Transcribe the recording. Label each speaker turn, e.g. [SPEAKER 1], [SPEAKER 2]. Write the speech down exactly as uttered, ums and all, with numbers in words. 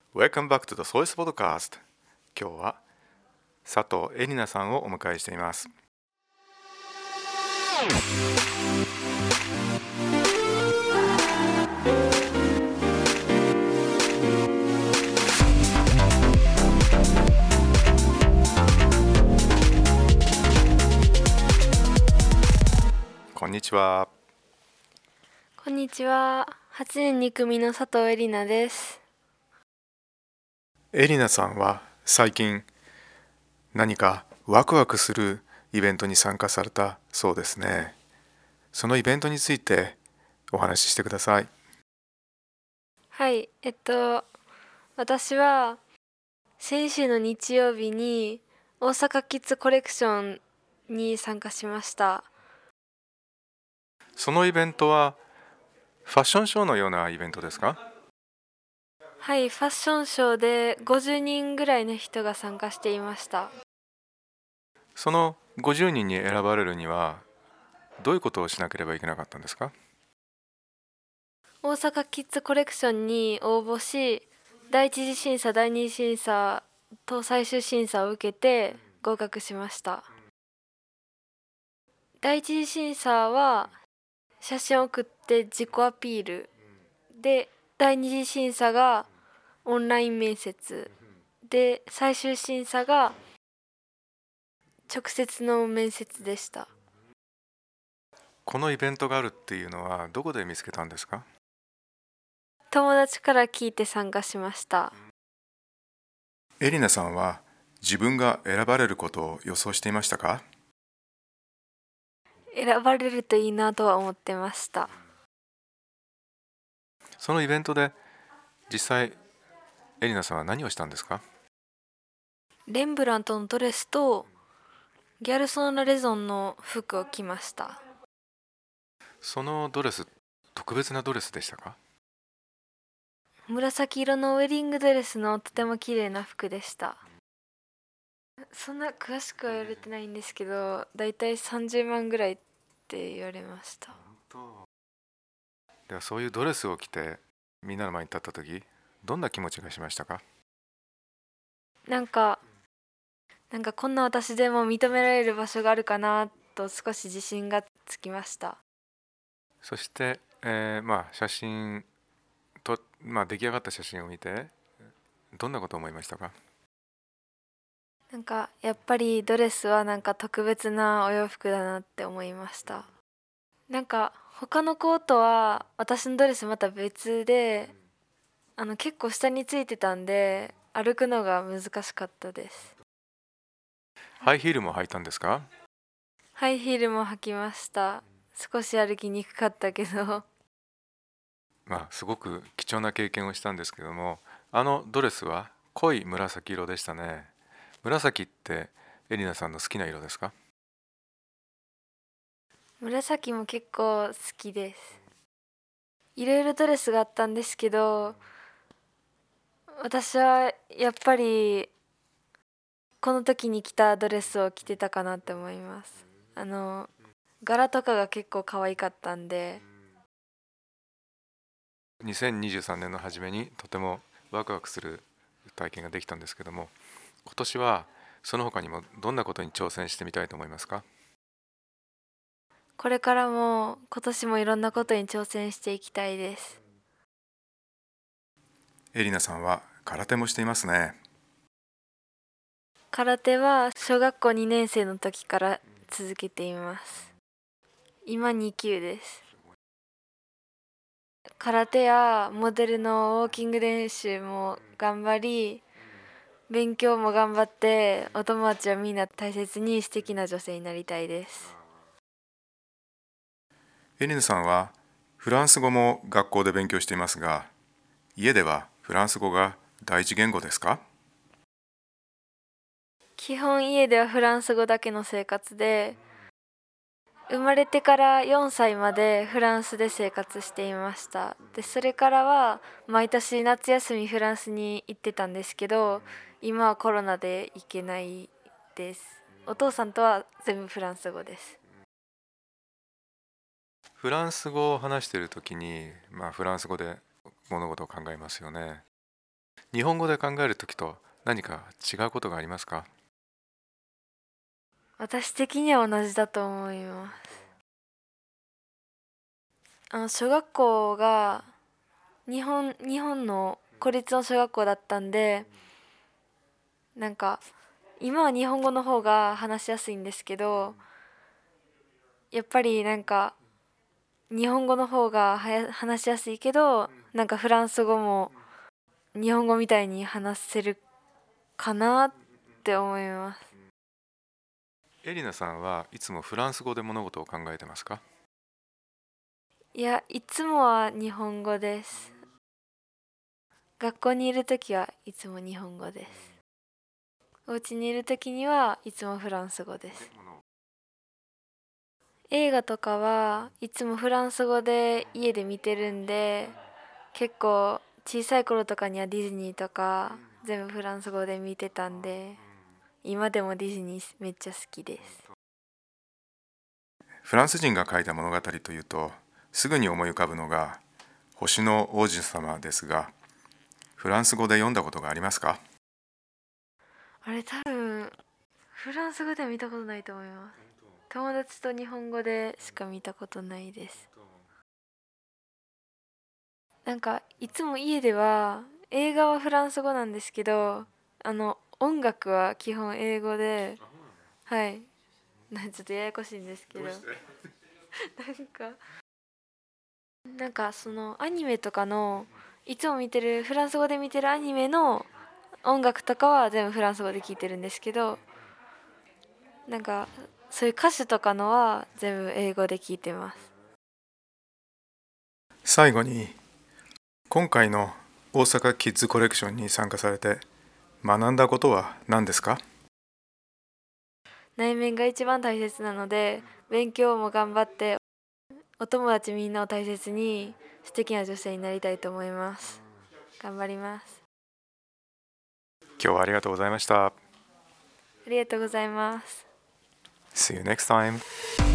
[SPEAKER 1] Welcome back to the Source Podcast。今日は佐藤恵里奈さんをお迎えしています。こんにちは。
[SPEAKER 2] こんにちは。はちねんに組の佐藤恵里奈です。
[SPEAKER 1] 恵里奈さんは最近何かワクワクするイベントに参加されたそうですね。そのイベントについてお話ししてください。
[SPEAKER 2] はい、えっと私は先週の日曜日に大阪キッズコレクションに参加しました。
[SPEAKER 1] そのイベントはファッションショーのようなイベントですか？
[SPEAKER 2] はい、ファッションショーでごじゅうにんぐらいの人が参加していました。
[SPEAKER 1] そのごじゅうにんに選ばれるにはどういうことをしなければいけなかったんですか？
[SPEAKER 2] 大阪キッズコレクションに応募し、第一次審査、第二次審査と最終審査を受けて合格しました。第一次審査は写真を送って自己アピールで、第二次審査がオンライン面接で、最終審査が直接の面接でした。
[SPEAKER 1] このイベントがあるっていうのはどこで見つけたんですか？
[SPEAKER 2] 友達から聞いて参加しました。
[SPEAKER 1] エリナさんは自分が選ばれることを予想していましたか？
[SPEAKER 2] 選ばれるといいなとは思ってました。
[SPEAKER 1] そのイベントで実際エリナさんは何をしたんですか？
[SPEAKER 2] レンブラントのドレスとギャルソンナレゾンの服を着ました。
[SPEAKER 1] そのドレス、特別なドレスでしたか？
[SPEAKER 2] 紫色のウェディングドレスのとても綺麗な服でした。そんな詳しくは言われてないんですけど、だいたいさんじゅうまんぐらいって言われました。
[SPEAKER 1] ではそういうドレスを着てみんなの前に立った時、どんな気持ちがしましたか？
[SPEAKER 2] なんかなんかこんな私でも認められる場所があるかなと少し自信がつきました。
[SPEAKER 1] そして、えーまあ写真と、まあ、出来上がった写真を見てどんなことを思いましたか？
[SPEAKER 2] なんかやっぱりドレスはなんか特別なお洋服だなって思いました。なんか他の子とは私のドレスまた別で、あの結構下についてたんで歩くのが難しかったです。
[SPEAKER 1] ハイヒールも履いたんですか？
[SPEAKER 2] ハイヒールも履きました。少し歩きにくかったけど
[SPEAKER 1] まあすごく貴重な経験をしたんですけども、あのドレスは濃い紫色でしたね。紫ってエリナさんの好きな色ですか？
[SPEAKER 2] 紫も結構好きです。いろいろドレスがあったんですけど、私はやっぱりこの時に着たドレスを着てたかなって思います。あの柄とかが結構可愛かったんで。
[SPEAKER 1] にせんにじゅうさんねんの初めにとてもワクワクする体験ができたんですけども、今年はその他にもどんなことに挑戦してみたいと思いますか？
[SPEAKER 2] これからも今年もいろんなことに挑戦していきたいです。
[SPEAKER 1] エリナさんは空手もしていますね。
[SPEAKER 2] 空手は小学校にねん生の時から続けています。今に級です。空手やモデルのウォーキング練習も頑張り、勉強も頑張って、お友達はみんな大切に素敵な女性になりたいです。
[SPEAKER 1] エリナさんはフランス語も学校で勉強していますが、家ではフランス語が第一言語ですか？
[SPEAKER 2] 基本家ではフランス語だけの生活で、生まれてからよんさいまでフランスで生活していました。で、それからは毎年夏休みフランスに行ってたんですけど、今はコロナで行けないです。お父さんとは全部フランス語です。
[SPEAKER 1] フランス語を話しているときに、まあ、フランス語で物事を考えますよね。 日本語で考えるときと何か違うことがありますか？
[SPEAKER 2] 私的には同じだと思います。あの小学校が日本日本の公立の小学校だったんで、なんか今は日本語の方が話しやすいんですけど、やっぱりなんか日本語の方がはや話しやすいけど、なんかフランス語も日本語みたいに話せるかなって思います。
[SPEAKER 1] エリナさんはいつもフランス語で物事を考えてますか？
[SPEAKER 2] いや、いつもは日本語です。学校にいるときはいつも日本語です。お家にいるときにはいつもフランス語です。映画とかはいつもフランス語で家で見てるんで、結構小さい頃とかにはディズニーとか全部フランス語で見てたんで、今でもディズニーめっちゃ好きです。
[SPEAKER 1] フランス人が書いた物語というとすぐに思い浮かぶのが星の王子様ですが、フランス語で読んだことがありますか？
[SPEAKER 2] あれ多分フランス語では見たことないと思います。友達と日本語でしか見たことないです。なんかいつも家では映画はフランス語なんですけど、あの音楽は基本英語で、はい、なちょっとややこしいんですけど、なんかなんかそのアニメとかのいつも見てるフランス語で見てるアニメの音楽とかは全部フランス語で聴いてるんですけど、なんかそういう歌詞とかのは全部英語で聞いてます。
[SPEAKER 1] 最後に、今回の大阪キッズコレクションに参加されて学んだことは何ですか？
[SPEAKER 2] 内面が一番大切なので、勉強も頑張ってお友達みんなを大切に素敵な女性になりたいと思います。頑張ります。
[SPEAKER 1] 今日はありがとうございました。
[SPEAKER 2] ありがとうございます。
[SPEAKER 1] See you next time.